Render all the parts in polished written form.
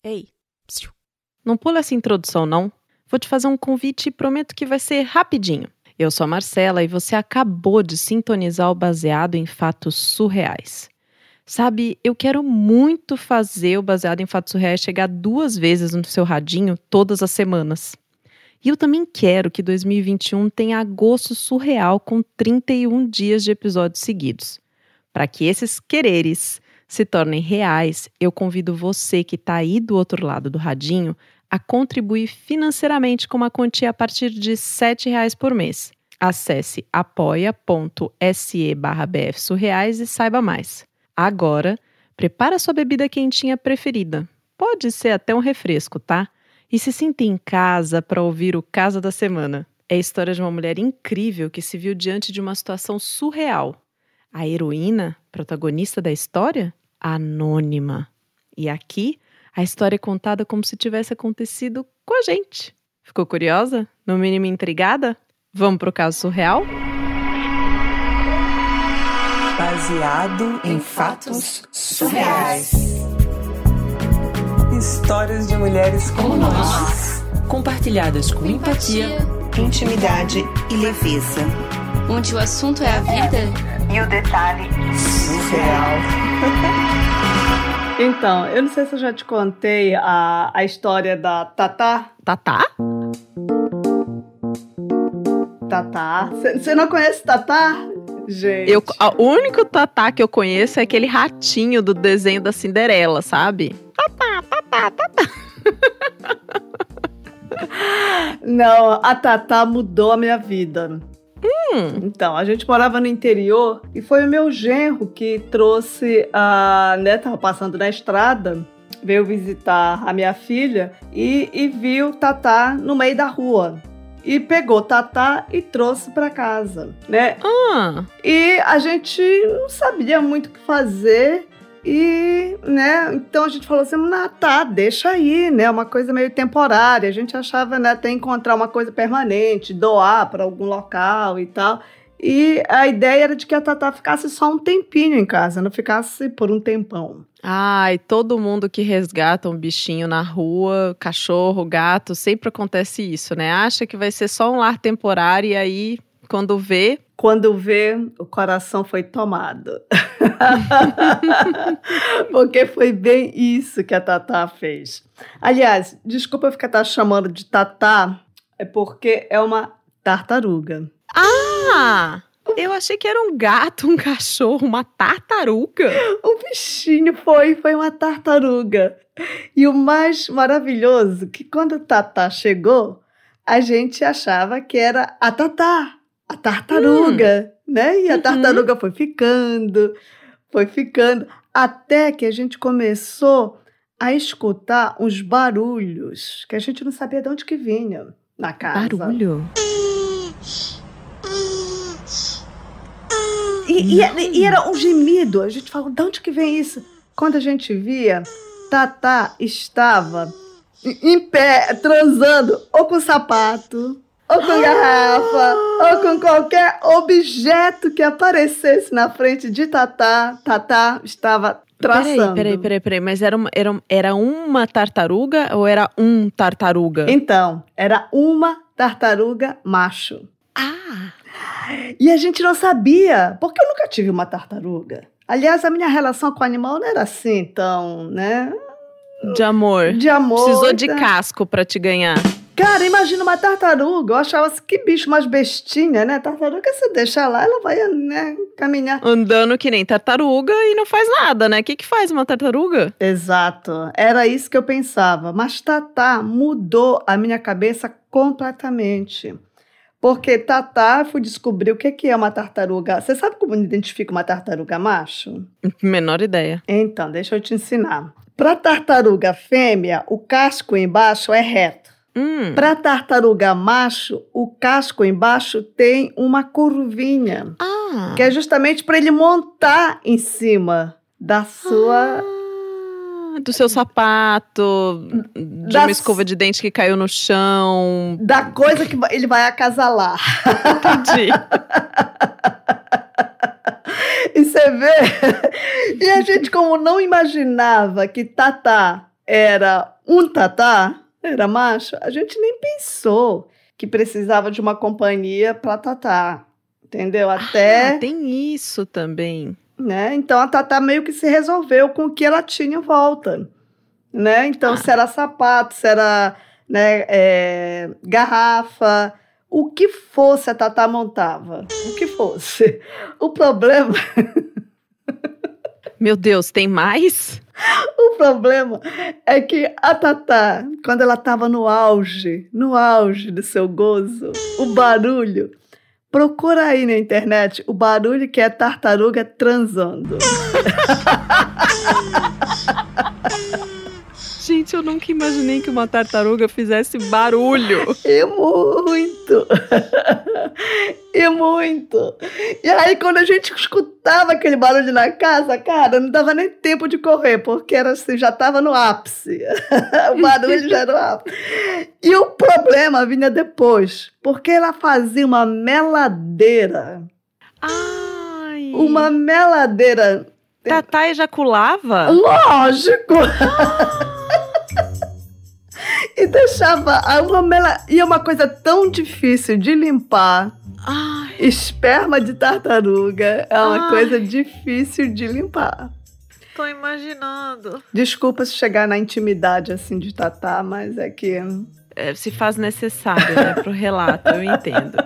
Ei, psiu. Não pula essa introdução, não. Vou te fazer um convite e prometo que vai ser rapidinho. Eu sou a Marcela e você acabou de sintonizar o Baseado em Fatos Surreais. Sabe, eu quero muito fazer o Baseado em Fatos Surreais chegar 2 vezes no seu radinho todas as semanas. E eu também quero que 2021 tenha agosto surreal com 31 dias de episódios seguidos. Para que esses quereres se tornem reais, eu convido você que está aí do outro lado do radinho a contribuir financeiramente com uma quantia a partir de R$ 7,00 por mês. Acesse apoia.se/bfsurreais e saiba mais. Agora, prepara sua bebida quentinha preferida. Pode ser até um refresco, tá? E se sinta em casa para ouvir o Caso da Semana. É a história de uma mulher incrível que se viu diante de uma situação surreal. A heroína, protagonista da história? Anônima. E aqui, a história é contada como se tivesse acontecido com a gente. Ficou curiosa? No mínimo intrigada? Vamos pro caso surreal? Baseado em fatos surreais. Histórias de mulheres como nós. Compartilhadas com empatia, intimidade e leveza. Onde o assunto é a vida e o detalhe surreal. Então, eu não sei se eu já te contei a história da Tatá. Tatá? Tatá. Você não conhece Tatá? Gente. O único Tatá que eu conheço é aquele ratinho do desenho da Cinderela, sabe? Tatá, Tatá, Tatá. Não, a Tatá mudou a minha vida. Então, a gente morava no interior e foi o meu genro que trouxe tava passando na estrada, veio visitar a minha filha e viu Tatá no meio da rua. E pegou Tatá e trouxe para casa, né? E a gente não sabia muito o que fazer e, né? Então a gente falou assim, tá, deixa aí, né? Uma coisa meio temporária. A gente achava, né, até encontrar uma coisa permanente, doar para algum local e tal. E a ideia era de que a Tatá ficasse só um tempinho em casa, não ficasse por um tempão. Ai, todo mundo que resgata um bichinho na rua, cachorro, gato, sempre acontece isso, né? Acha que vai ser só um lar temporário e aí, quando vê, o coração foi tomado. Porque foi bem isso que a Tatá fez. Aliás, desculpa eu ficar chamando de Tatá, é porque é uma tartaruga. Ah! Eu achei que era um gato, um cachorro, uma tartaruga. O bichinho foi uma tartaruga. E o mais maravilhoso, que quando a Tatá chegou, a gente achava que era a Tatá, a tartaruga, né? E a tartaruga foi ficando, até que a gente começou a escutar uns barulhos que a gente não sabia de onde que vinha na casa. Barulho? E era um gemido. A gente falou, de onde que vem isso? Quando a gente via, Tatá estava em pé, transando, ou com sapato, ou com garrafa, ou com qualquer objeto que aparecesse na frente de Tatá. Tatá estava traçando. Peraí, mas era uma tartaruga ou era um tartaruga? Então, era uma tartaruga macho. Ah! E a gente não sabia, porque eu nunca tive uma tartaruga. Aliás, a minha relação com o animal não era assim, então, né? De amor. Precisou de casco pra te ganhar. Cara, imagina uma tartaruga. Eu achava assim, que bicho mais bestinha, né? Tartaruga, você deixa lá, ela vai, né, caminhar. Andando que nem tartaruga e não faz nada, né? O que faz uma tartaruga? Exato. Era isso que eu pensava. Mas Tatá mudou a minha cabeça completamente. Porque Tatá, fui descobrir o que é uma tartaruga. Você sabe como identifica uma tartaruga macho? Menor ideia. Então, deixa eu te ensinar. Para tartaruga fêmea, o casco embaixo é reto. Para tartaruga macho, o casco embaixo tem uma curvinha. Que é justamente para ele montar em cima da sua... Do seu sapato, de uma escova de dente que caiu no chão. Da coisa que ele vai acasalar. Entendi. E você vê... E a gente, como não imaginava que Tatá era um tatá, era macho, a gente nem pensou que precisava de uma companhia para tatá, entendeu? Até, tem isso também. né? Então a tatá meio que se resolveu com o que ela tinha em volta, né? Então se era sapato, se era, né, garrafa, o que fosse a tatá montava, o que fosse. O problema... Meu Deus, tem mais? O problema é que a tatá, quando ela estava no auge do seu gozo, o barulho, procura aí na internet o barulho que é tartaruga transando. Gente, eu nunca imaginei que uma tartaruga fizesse barulho. E muito! E muito! E aí, quando a gente escutava aquele barulho na casa, cara, não dava nem tempo de correr, porque era assim, já estava no ápice. O barulho já era no ápice. E o problema vinha depois, porque ela fazia uma meladeira. Ai! Uma meladeira. Tatá ejaculava? Lógico! E deixava e é uma coisa tão difícil de limpar. Ai, Esperma de tartaruga é uma coisa difícil de limpar. tô imaginando. Desculpa se chegar na intimidade assim de tatá, mas é que... Se faz necessário, né, pro relato, eu entendo.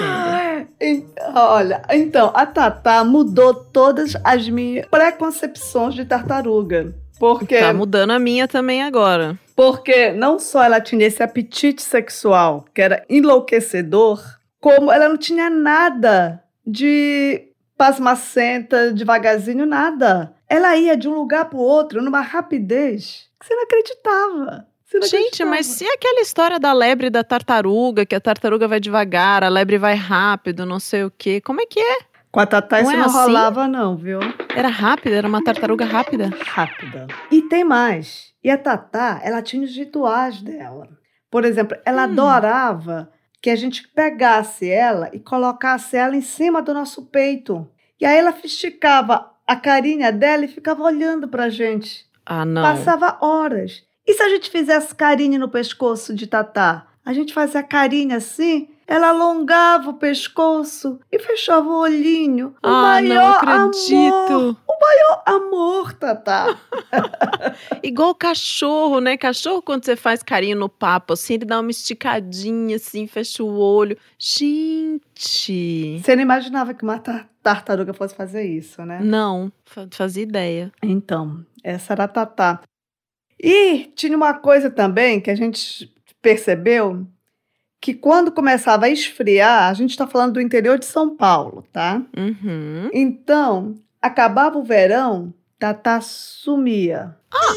Olha, então, a tatá mudou todas as minhas preconcepções de tartaruga. Porque... Tá mudando a minha também agora. Porque não só ela tinha esse apetite sexual, que era enlouquecedor, como ela não tinha nada de pasmacenta, devagarzinho, nada. Ela ia de um lugar para o outro numa rapidez que você não acreditava. Gente, mas se é aquela história da lebre e da tartaruga, que a tartaruga vai devagar, a lebre vai rápido, não sei o quê, como é que é? Com a tatá isso não assim? rolava não, viu? Era rápida? Era uma tartaruga rápida? Rápida. E tem mais. E a tatá, ela tinha os rituais dela. Por exemplo, ela adorava que a gente pegasse ela e colocasse ela em cima do nosso peito. E aí ela esticava a carinha dela e ficava olhando pra gente. Ah, não. Passava horas. E se a gente fizesse carinho no pescoço de tatá? A gente fazia carinho assim, ela alongava o pescoço e fechava o olhinho. O maior não acredito. Amor, tatá. Igual cachorro, né? Cachorro, quando você faz carinho no papo, assim, ele dá uma esticadinha, assim, fecha o olho. Gente! Você não imaginava que uma tartaruga fosse fazer isso, né? Não, fazia ideia. Então, essa era a tatá. E tinha uma coisa também que a gente percebeu, que quando começava a esfriar, a gente está falando do interior de São Paulo, tá? Uhum. Então, acabava o verão, tatá sumia.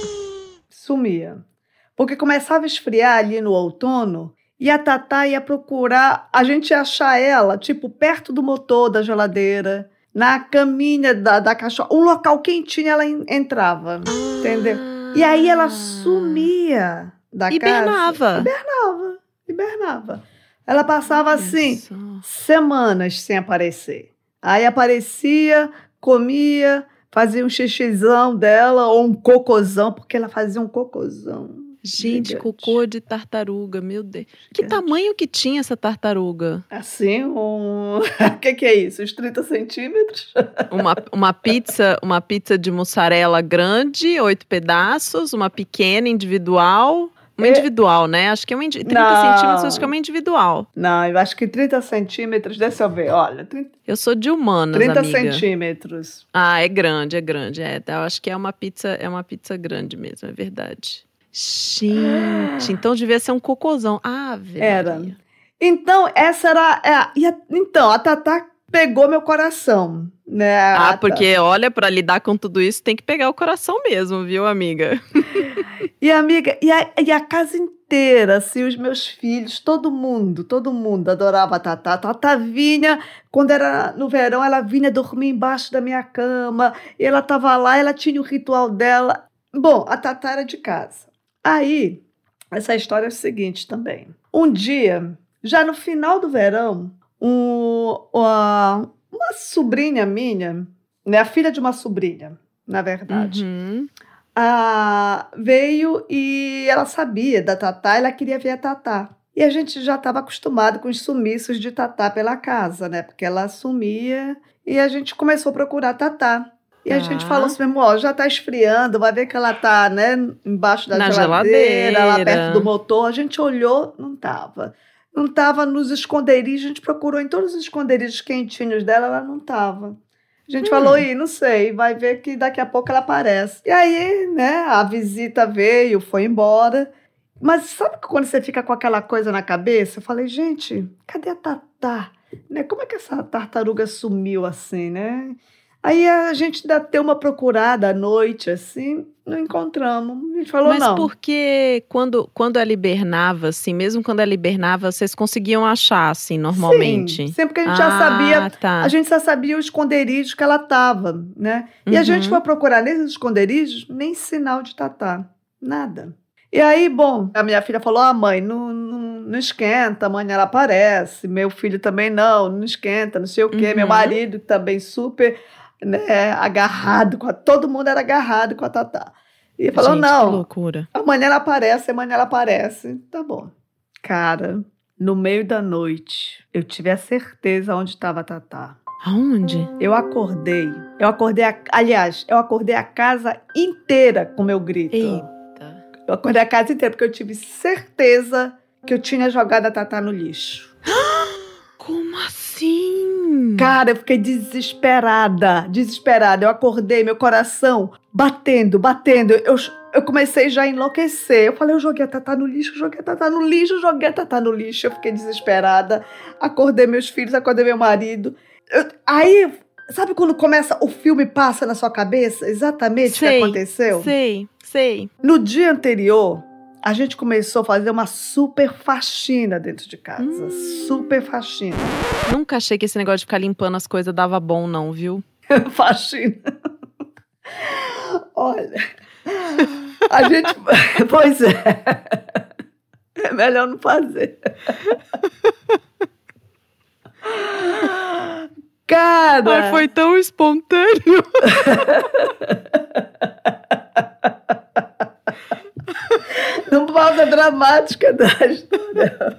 Sumia. Porque começava a esfriar ali no outono e a tatá ia procurar, a gente ia achar ela, tipo, perto do motor da geladeira, na caminha da cachorra, um local quentinho ela entrava, entendeu? E aí ela sumia da casa. Hibernava. Ela passava assim, semanas sem aparecer. Aí aparecia, comia, fazia um xixizão dela ou um cocôzão, porque ela fazia um cocôzão. Gente, gigante. cocô de tartaruga, meu Deus. Que tamanho que tinha essa tartaruga? Assim, O que é isso? Uns 30 centímetros? Uma pizza de mussarela grande, 8 pedaços, uma pequena individual. Uma individual, né? Acho que é 30 centímetros, acho que é uma individual. Não, eu acho que 30 centímetros, deixa eu ver, olha. Eu sou de humanas, 30 amiga. centímetros. Ah, é grande. Eu acho que é uma pizza grande mesmo, é verdade. Gente, então devia ser um cocôzão. Ah, velho. Era. Então, essa era... Então, a tatá pegou meu coração, né? Porque, olha, para lidar com tudo isso, tem que pegar o coração mesmo, viu, amiga? E, amiga, e a casa inteira, assim, os meus filhos, todo mundo adorava a tatá. A tatá vinha, quando era no verão, ela vinha dormir embaixo da minha cama, e ela estava lá, ela tinha o ritual dela. Bom, a tatá era de casa. Aí, essa história é o seguinte também. Um dia, já no final do verão, uma sobrinha minha, né, a filha de uma sobrinha, na verdade, veio e ela sabia da Tatá, ela queria ver a Tatá. E a gente já estava acostumado com os sumiços de Tatá pela casa, né? Porque ela sumia e a gente começou a procurar a Tatá. E a gente falou assim mesmo, ó, já tá esfriando, vai ver que ela tá, né, embaixo da geladeira, lá perto do motor. A gente olhou, não tava. Não tava nos esconderijos, a gente procurou em todos os esconderijos quentinhos dela, ela não tava. A gente falou, não sei, vai ver que daqui a pouco ela aparece. E aí, né, a visita veio, foi embora. Mas sabe quando você fica com aquela coisa na cabeça? Eu falei, gente, cadê a Tatá? Né? Como é que essa tartaruga sumiu assim, né? Aí a gente ainda deu uma procurada à noite, assim, não encontramos. A gente falou, Mas não. porque quando ela hibernava, assim, mesmo quando ela hibernava, vocês conseguiam achar, assim, normalmente? Sim, sempre que a gente já sabia, tá. a gente já sabia o esconderijo que ela estava, né? E a gente foi procurar nesses esconderijos, nem sinal de Tatá, nada. E aí, bom, a minha filha falou, mãe, não esquenta, amanhã ela aparece. Meu filho também não esquenta, não sei o quê. Meu marido também super, né, agarrado, todo mundo era agarrado com a Tatá. E falou, gente, não, que loucura. amanhã ela aparece. Tá bom. Cara, no meio da noite, eu tive a certeza onde estava a Tatá. Aonde? Eu acordei a casa inteira com meu grito. Eita. Eu acordei a casa inteira porque eu tive certeza que eu tinha jogado a Tatá no lixo. Como assim? Cara, eu fiquei desesperada. Eu acordei, meu coração batendo. Eu comecei já a enlouquecer. Eu falei, eu joguei a Tatá no lixo. Eu fiquei desesperada. Acordei meus filhos, acordei meu marido. Aí, sabe quando começa, o filme passa na sua cabeça exatamente o que aconteceu? Sei. No dia anterior, a gente começou a fazer uma super faxina dentro de casa. Super faxina. Nunca achei que esse negócio de ficar limpando as coisas dava bom, não, viu? Faxina. Olha, a gente... Pois é. É melhor não fazer. Cara... Ai, foi tão espontâneo. Não pausa dramática da história.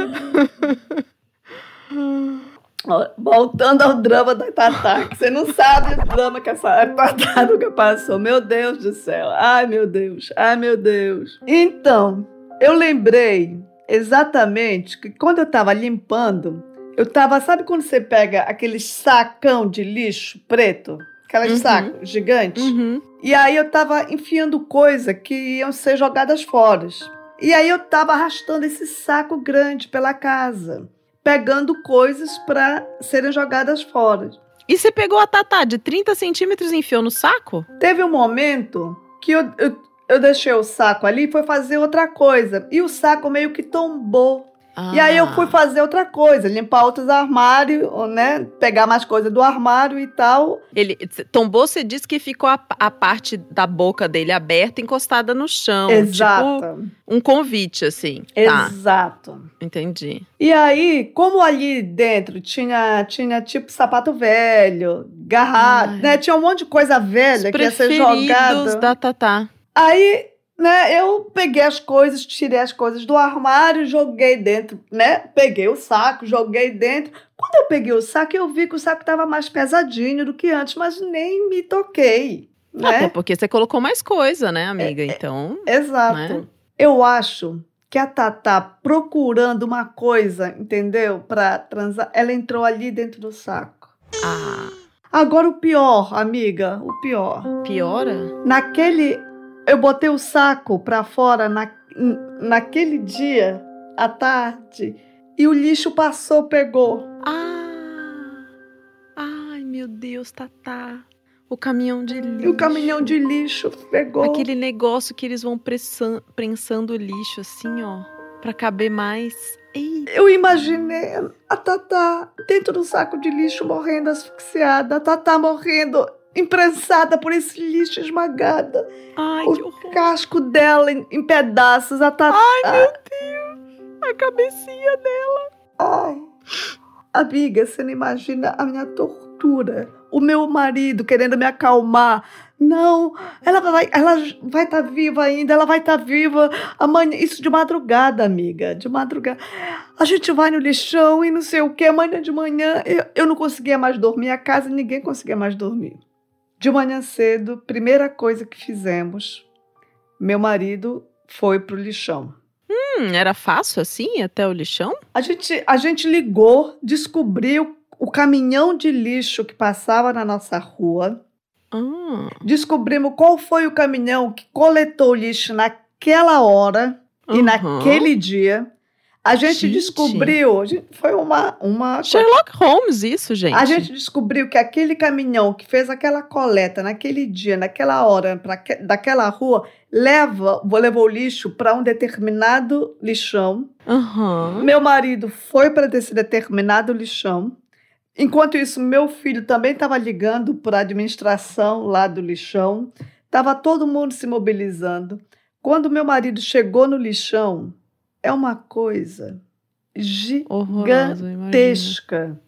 Voltando ao drama da Tatá, que você não sabe o drama que essa tartaruga passou. Meu Deus do céu. Ai, meu Deus. Então, eu lembrei exatamente que quando eu estava limpando, sabe quando você pega aquele sacão de lixo preto? Aquelas sacos gigantes? E aí eu tava enfiando coisa que iam ser jogadas fora. E aí eu tava arrastando esse saco grande pela casa, pegando coisas para serem jogadas fora. E você pegou a Tatá de 30 centímetros e enfiou no saco? Teve um momento que eu deixei o saco ali e fui fazer outra coisa. E o saco meio que tombou. E aí eu fui fazer outra coisa, limpar outros armários, né? Pegar mais coisa do armário e tal. Ele tombou, você disse que ficou a parte da boca dele aberta, encostada no chão. Exato. Tipo um convite, assim. Exato. Tá. Entendi. E aí, como ali dentro tinha tipo sapato velho, garrafa, né? Tinha um monte de coisa velha que ia ser jogada. Da Tatá. Aí... né, eu peguei as coisas, tirei as coisas do armário, joguei dentro, né? Peguei o saco, joguei dentro. Quando eu peguei o saco, eu vi que o saco estava mais pesadinho do que antes, mas nem me toquei, né? Até porque você colocou mais coisa, né, amiga? Então... Exato. Né? Eu acho que a Tatá, procurando uma coisa, entendeu? Para transar, ela entrou ali dentro do saco. Agora o pior, amiga, o pior. Piora? Eu botei o saco pra fora naquele dia, à tarde, e o lixo passou, pegou. Ai, meu Deus, Tatá. O caminhão de lixo. E o caminhão de lixo pegou. Aquele negócio que eles vão prensando o lixo, assim, ó, pra caber mais. Eita. Eu imaginei a Tatá dentro do saco de lixo, morrendo asfixiada. A Tatá morrendo... imprensada por esse lixo, esmagada. Ai, que horror. O casco dela em pedaços. A Tatá... Ai, meu Deus. A cabecinha dela. Ai. Amiga, você não imagina a minha tortura. tortura. O meu marido querendo me acalmar. Não, ela vai estar viva ainda, ela vai estar viva amanhã. Isso de madrugada, amiga, de madrugada. A gente vai no lixão e não sei o que, amanhã de manhã. Eu não conseguia mais dormir, a casa ninguém conseguia mais dormir. De manhã cedo, primeira coisa que fizemos, meu marido foi pro lixão. Era fácil assim, ir até o lixão? A gente ligou, descobriu o caminhão de lixo que passava na nossa rua. Descobrimos qual foi o caminhão que coletou o lixo naquela hora e naquele dia. A gente descobriu, foi uma Sherlock Holmes isso, gente. A gente descobriu que aquele caminhão que fez aquela coleta naquele dia, naquela hora, daquela rua, levou o lixo para um determinado lixão. Meu marido foi para esse determinado lixão. Enquanto isso, meu filho também estava ligando para a administração lá do lixão. Estava todo mundo se mobilizando. Quando meu marido chegou no lixão, é uma coisa gigantesca.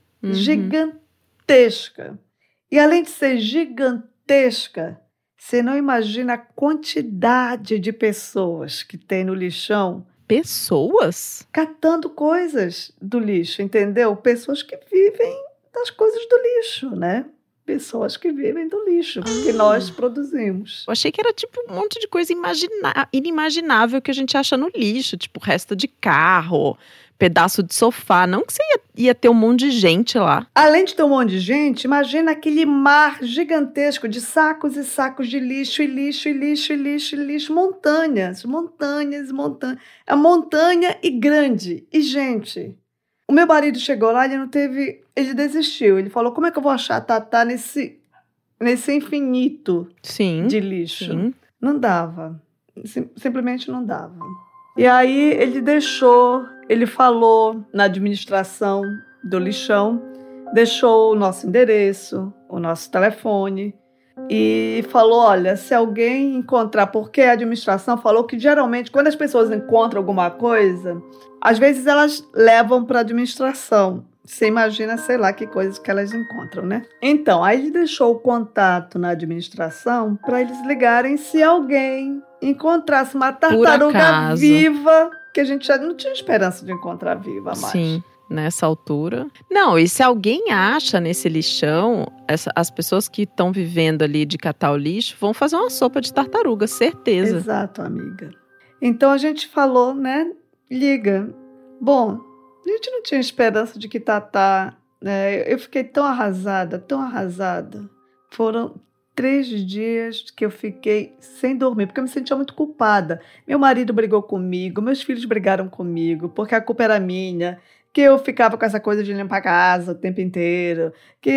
Gigantesca. E além de ser gigantesca, você não imagina a quantidade de pessoas que tem no lixão. Pessoas? Catando coisas do lixo, entendeu? Pessoas que vivem das coisas do lixo, né? Pessoas que vivem do lixo que nós produzimos. Eu achei que era tipo um monte de coisa inimaginável que a gente acha no lixo, tipo resto de carro, pedaço de sofá. Não que você ia ter um monte de gente lá. Além de ter um monte de gente, imagina aquele mar gigantesco de sacos e sacos de lixo, e lixo, e lixo, e lixo, e lixo. Montanhas. É montanha e grande. E gente, o meu marido chegou lá e ele desistiu. Ele falou, como é que eu vou achar a Tatá nesse infinito de lixo? Sim. Não dava. Simplesmente não dava. E aí ele falou na administração do lixão, deixou o nosso endereço, o nosso telefone e falou, olha, se alguém encontrar, porque a administração falou que geralmente quando as pessoas encontram alguma coisa, às vezes elas levam para a administração. Você imagina, sei lá, que coisas que elas encontram, né? Então, aí ele deixou o contato na administração para eles ligarem se alguém encontrasse uma tartaruga viva, que a gente já não tinha esperança de encontrar viva mais. Sim, nessa altura. Não, e se alguém acha nesse lixão, as pessoas que estão vivendo ali de catar o lixo vão fazer uma sopa de tartaruga, certeza. Exato, amiga. Então a gente falou, né? Liga. Bom, a gente não tinha esperança de que Tatá... eu fiquei tão arrasada. Foram 3 dias que eu fiquei sem dormir, porque eu me sentia muito culpada. Meu marido brigou comigo, meus filhos brigaram comigo, porque a culpa era minha, que eu ficava com essa coisa de limpar a casa o tempo inteiro.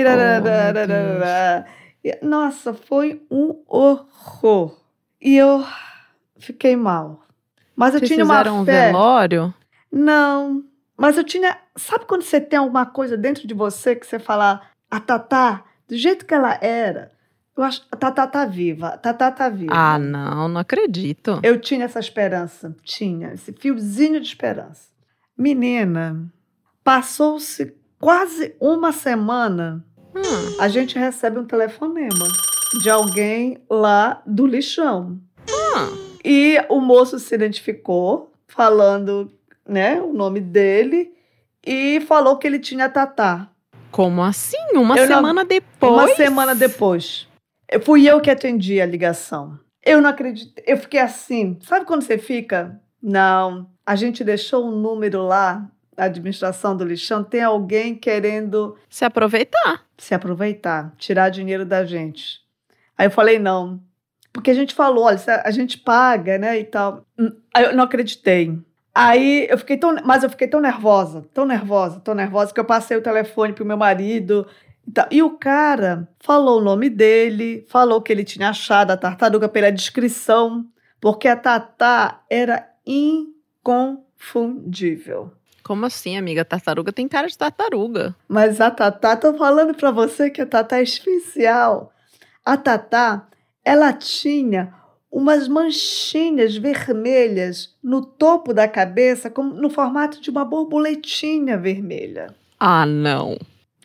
Nossa, foi um horror. E eu fiquei mal. Mas eu tinha uma fé. Vocês fizeram um velório? Não, mas eu tinha... Sabe quando você tem alguma coisa dentro de você que você fala, a Tatá, do jeito que ela era, eu acho, a Tatá tá viva, Ah, não acredito. Eu tinha essa esperança, tinha esse fiozinho de esperança. Menina, passou-se quase uma semana, a gente recebe um telefonema de alguém lá do lixão. E o moço se identificou, falando... né, o nome dele, e falou que ele tinha Tatá. Como assim? Uma semana depois? Uma semana depois. Fui eu que atendi a ligação. Eu não acredito. Eu fiquei assim. Sabe quando você fica? Não. A gente deixou um número lá, na administração do lixão, tem alguém querendo... Se aproveitar. Tirar dinheiro da gente. Aí eu falei, não. Porque a gente falou, olha, a gente paga, né, e tal. Aí eu não acreditei. Aí eu fiquei tão nervosa, que eu passei o telefone pro meu marido. E o cara falou o nome dele, falou que ele tinha achado a tartaruga pela descrição, porque a Tatá era inconfundível. Como assim, amiga? A tartaruga tem cara de tartaruga. Mas a Tatá, tô falando pra você que a Tatá é especial. A Tatá, ela tinha umas manchinhas vermelhas no topo da cabeça, como no formato de uma borboletinha vermelha. Ah, não.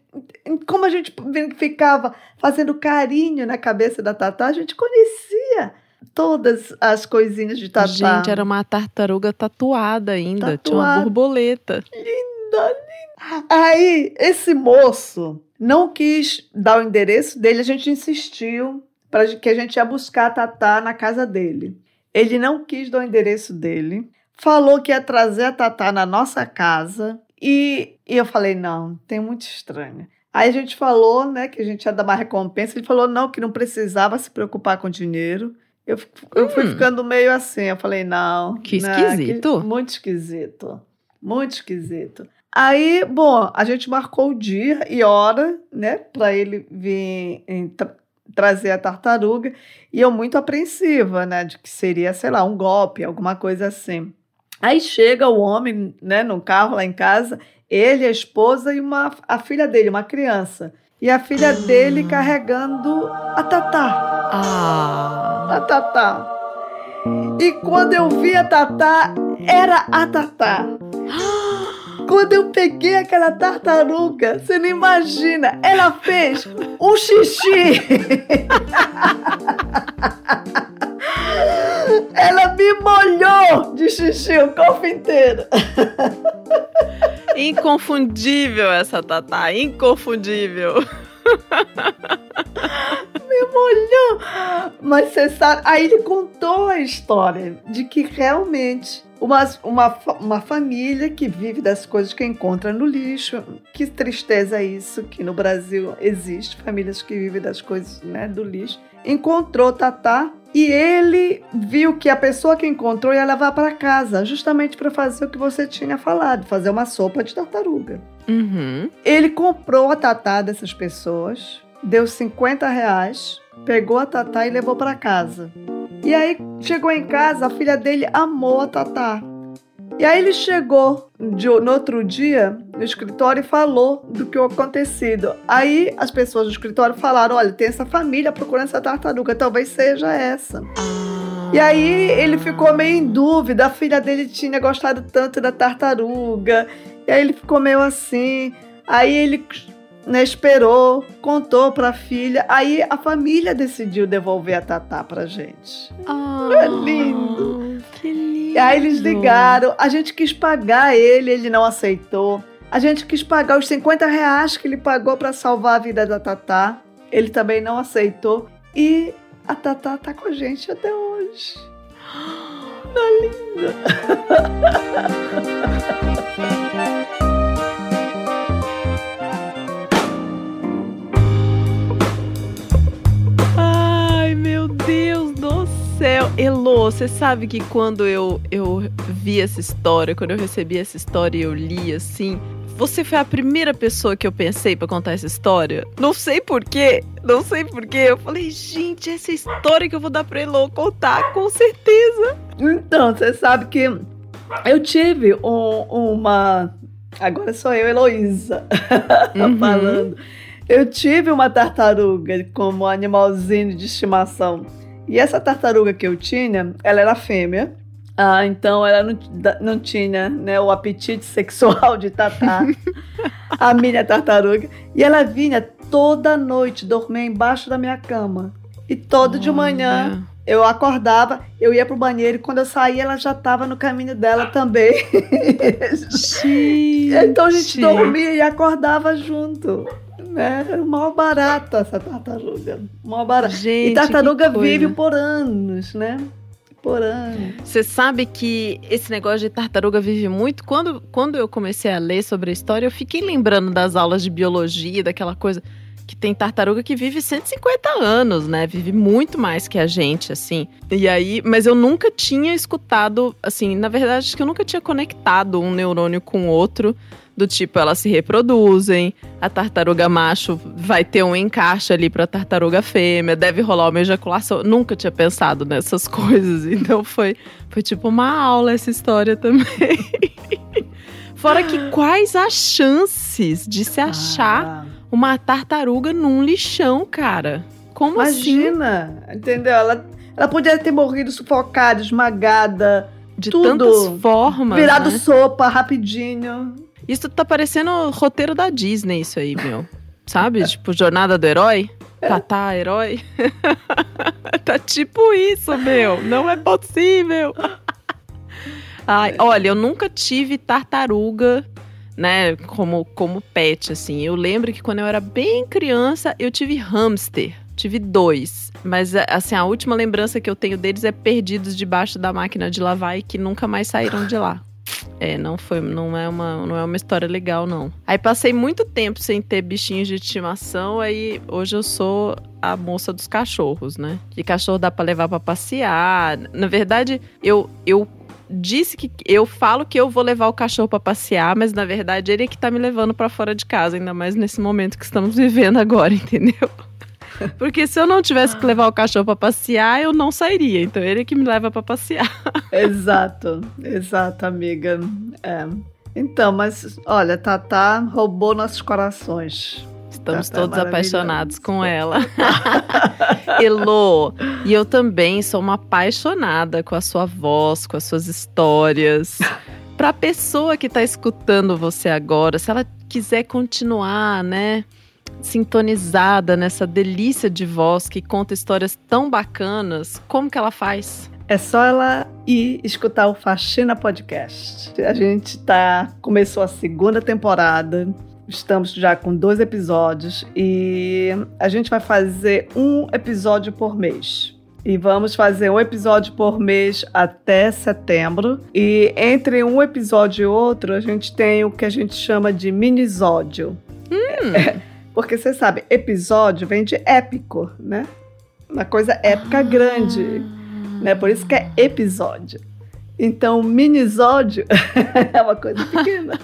como a gente ficava fazendo carinho na cabeça da Tatá, a gente conhecia todas as coisinhas de Tatá. Gente, era uma tartaruga tatuada ainda. Tinha uma borboleta. Linda. Aí, esse moço não quis dar o endereço dele, a gente insistiu para que a gente ia buscar a Tatá na casa dele. Ele não quis dar o endereço dele, falou que ia trazer a Tatá na nossa casa e eu falei, não, tem muito estranho. Aí a gente falou, né, que a gente ia dar uma recompensa, ele falou não, que não precisava se preocupar com dinheiro. Eu fui ficando meio assim, eu falei, não. Que esquisito. Muito esquisito, muito esquisito. Aí, bom, a gente marcou o dia e hora, né, para ele vir trazer a tartaruga, e eu muito apreensiva, né, de que seria, sei lá, um golpe, alguma coisa assim. Aí chega o homem, né, no carro lá em casa, ele, a esposa e a filha dele, uma criança. E a filha dele carregando a Tatá. A Tatá. E quando eu vi a Tatá, era a Tatá. Quando eu peguei aquela tartaruga, você não imagina, ela fez um xixi. Ela me molhou de xixi o corpo inteiro. Inconfundível essa Tatá, inconfundível. Me molhou. Mas você sabe, aí ele contou a história de que realmente uma família que vive das coisas que encontra no lixo. Que tristeza é isso, que no Brasil existe famílias que vivem das coisas, né, do lixo. Encontrou Tatá e ele viu que a pessoa que encontrou ia levar para casa, justamente para fazer o que você tinha falado, fazer uma sopa de tartaruga. Uhum. Ele comprou a Tatá dessas pessoas, deu R$50, pegou a Tatá e levou para casa. E aí chegou em casa, a filha dele amou a Tatá. E aí ele chegou no outro dia no escritório e falou do que tinha acontecido. Aí as pessoas do escritório falaram, olha, tem essa família procurando essa tartaruga, talvez seja essa. E aí ele ficou meio em dúvida, a filha dele tinha gostado tanto da tartaruga. E aí ele ficou meio assim, aí ele, né, esperou, contou pra filha, aí a família decidiu devolver a Tatá pra gente. É lindo. Que lindo. E aí eles ligaram, a gente quis pagar ele não aceitou. A gente quis pagar os R$50 que ele pagou pra salvar a vida da Tatá, ele também não aceitou. E a Tatá tá com a gente até hoje. Não é linda? Ai, meu Deus do céu. Elô, você sabe que quando eu vi essa história, quando eu recebi essa história e eu li assim, você foi a primeira pessoa que eu pensei pra contar essa história. Não sei porquê. Eu falei, gente, essa história que eu vou dar pra Elô contar, com certeza. Então, você sabe que eu tive uma... Agora sou eu, Heloísa, falando. Eu tive uma tartaruga como animalzinho de estimação. E essa tartaruga que eu tinha, ela era fêmea. Então ela não tinha, né, o apetite sexual de Tatá, a minha tartaruga. E ela vinha toda noite dormir embaixo da minha cama. E todo de manhã eu acordava, eu ia pro banheiro e quando eu saía ela já estava no caminho dela também. Então a gente dormia e acordava junto. Era mó barata essa tartaruga. Mó barata. Gente, e tartaruga vive por anos, né? Por ano. Você sabe que esse negócio de tartaruga vive muito? Quando eu comecei a ler sobre a história, eu fiquei lembrando das aulas de biologia, daquela coisa que tem tartaruga que vive 150 anos, né? Vive muito mais que a gente, assim. E aí, mas eu nunca tinha escutado, assim, na verdade, acho que eu nunca tinha conectado um neurônio com o outro. Do tipo, elas se reproduzem, a tartaruga macho vai ter um encaixe ali pra tartaruga fêmea, deve rolar uma ejaculação. Nunca tinha pensado nessas coisas, então foi tipo uma aula essa história também. Fora que quais as chances de se achar uma tartaruga num lixão, cara? Como Imagina, assim? Entendeu? Ela podia ter morrido sufocada, esmagada, de tudo, tantas formas, virado né? sopa rapidinho. Isso tá parecendo o roteiro da Disney, isso aí, meu. sabe? Tipo, Jornada do Herói. Tatá, herói. Tá tipo isso, meu. Não é possível. Ai, olha, eu nunca tive tartaruga, né, como pet, assim. Eu lembro que quando eu era bem criança, eu tive hamster. Tive 2. Mas, assim, a última lembrança que eu tenho deles é perdidos debaixo da máquina de lavar e que nunca mais saíram de lá. Não é uma história legal, não. Aí passei muito tempo sem ter bichinhos de estimação, aí hoje eu sou a moça dos cachorros, né? Que cachorro dá pra levar pra passear. Na verdade, eu disse que eu falo que eu vou levar o cachorro pra passear, mas na verdade ele é que tá me levando pra fora de casa, ainda mais nesse momento que estamos vivendo agora, entendeu? Porque se eu não tivesse que levar o cachorro pra passear, eu não sairia. Então ele é que me leva pra passear. Exato, amiga. Então, mas olha, Tatá roubou nossos corações. Estamos todos apaixonados com ela. Elô, e eu também sou uma apaixonada com a sua voz, com as suas histórias. Pra pessoa que tá escutando você agora, se ela quiser continuar, né, sintonizada nessa delícia de voz que conta histórias tão bacanas, como que ela faz? É só ela ir escutar o Faxina Podcast. A gente começou a 2ª temporada, estamos já com 2 episódios e a gente vai fazer um episódio por mês. E vamos fazer um episódio por mês até setembro. E entre um episódio e outro, a gente tem o que a gente chama de minisódio. Porque você sabe, episódio vem de épico, né? Uma coisa épica grande, né? Por isso que é episódio. Então, minisódio é uma coisa pequena.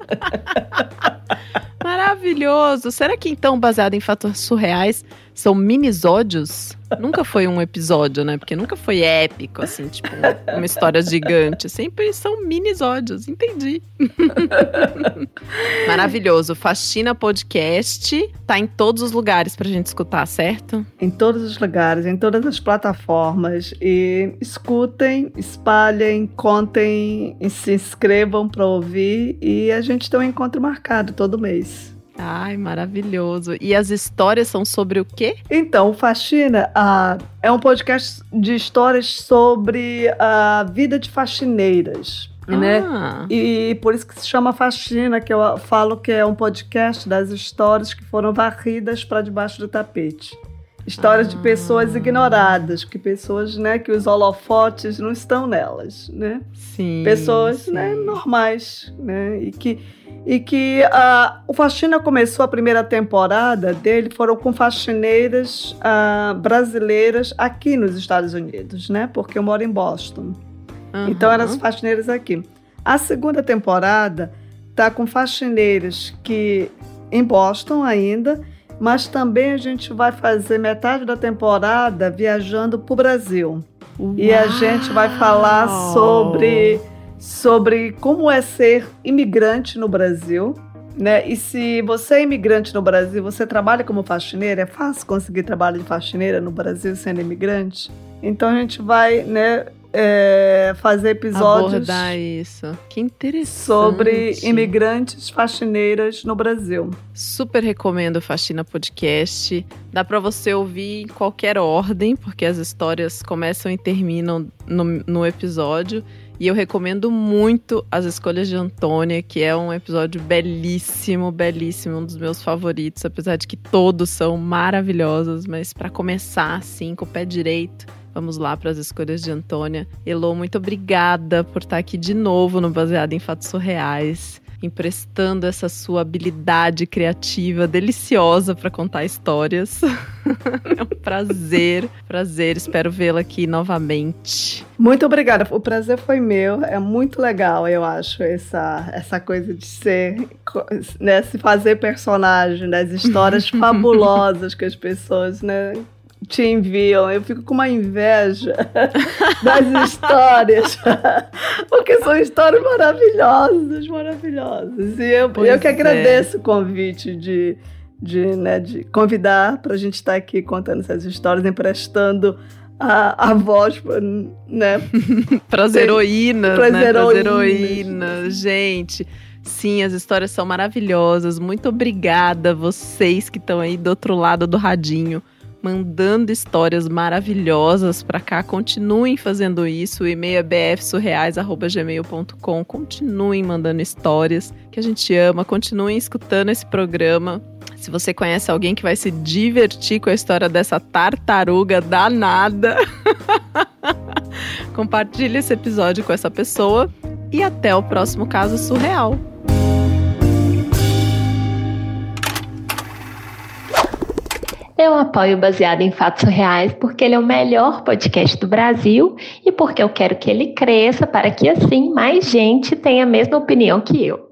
Maravilhoso! Será que então, baseado em fatos surreais, são minisódios? Nunca foi um episódio, né? Porque nunca foi épico, assim, tipo, uma história gigante. Sempre são minisódios, entendi. Maravilhoso. Faxina Podcast tá em todos os lugares pra gente escutar, certo? Em todos os lugares, em todas as plataformas. E escutem, espalhem, contem, e se inscrevam pra ouvir. E a gente tem um encontro marcado todo mês. Ai, maravilhoso. E as histórias são sobre o quê? Então, o Faxina é um podcast de histórias sobre a vida de faxineiras, né? E por isso que se chama Faxina, que eu falo que é um podcast das histórias que foram varridas para debaixo do tapete. Histórias de pessoas ignoradas, que pessoas, né, que os holofotes não estão nelas, né? Sim. Pessoas, né, normais, né? E que o Faxina começou a primeira temporada dele, foram com faxineiras brasileiras aqui nos Estados Unidos, né? Porque eu moro em Boston. Então eram as faxineiras aqui. A 2ª temporada tá com faxineiras que em Boston ainda, mas também a gente vai fazer metade da temporada viajando para o Brasil. Uau. E a gente vai falar sobre como é ser imigrante no Brasil, né? E se você é imigrante no Brasil, você trabalha como faxineira, é fácil conseguir trabalho de faxineira no Brasil sendo imigrante? Então a gente vai, né, fazer episódios abordar isso. Que interessante. Sobre imigrantes faxineiras no Brasil. Super recomendo o Faxina Podcast. Dá pra você ouvir em qualquer ordem, porque as histórias começam e terminam no episódio. E eu recomendo muito As Escolhas de Antônia, que é um episódio belíssimo, belíssimo, um dos meus favoritos, apesar de que todos são maravilhosos, mas para começar assim, com o pé direito, vamos lá para As Escolhas de Antônia. Elô, muito obrigada por estar aqui de novo no Baseado em Fatos Surreais, emprestando essa sua habilidade criativa deliciosa para contar histórias. É um prazer, espero vê-la aqui novamente. Muito obrigada, o prazer foi meu, é muito legal, eu acho, essa coisa de ser, né, se fazer personagem, né, as histórias fabulosas que as pessoas, né, te enviam. Eu fico com uma inveja das histórias, porque são histórias maravilhosas. E eu que agradeço o convite de convidar para a gente estar aqui contando essas histórias, emprestando a voz, né? Pras heroínas, né? Pras heroínas, gente. Sim, as histórias são maravilhosas. Muito obrigada vocês que estão aí do outro lado do radinho, mandando histórias maravilhosas para cá. Continuem fazendo isso. O e-mail é bfsurreais@gmail.com. Continuem mandando histórias que a gente ama. Continuem escutando esse programa. Se você conhece alguém que vai se divertir com a história dessa tartaruga danada, compartilhe esse episódio com essa pessoa. E até o próximo caso surreal. Eu apoio o Baseado em Fatos Surreais porque ele é o melhor podcast do Brasil e porque eu quero que ele cresça para que assim mais gente tenha a mesma opinião que eu.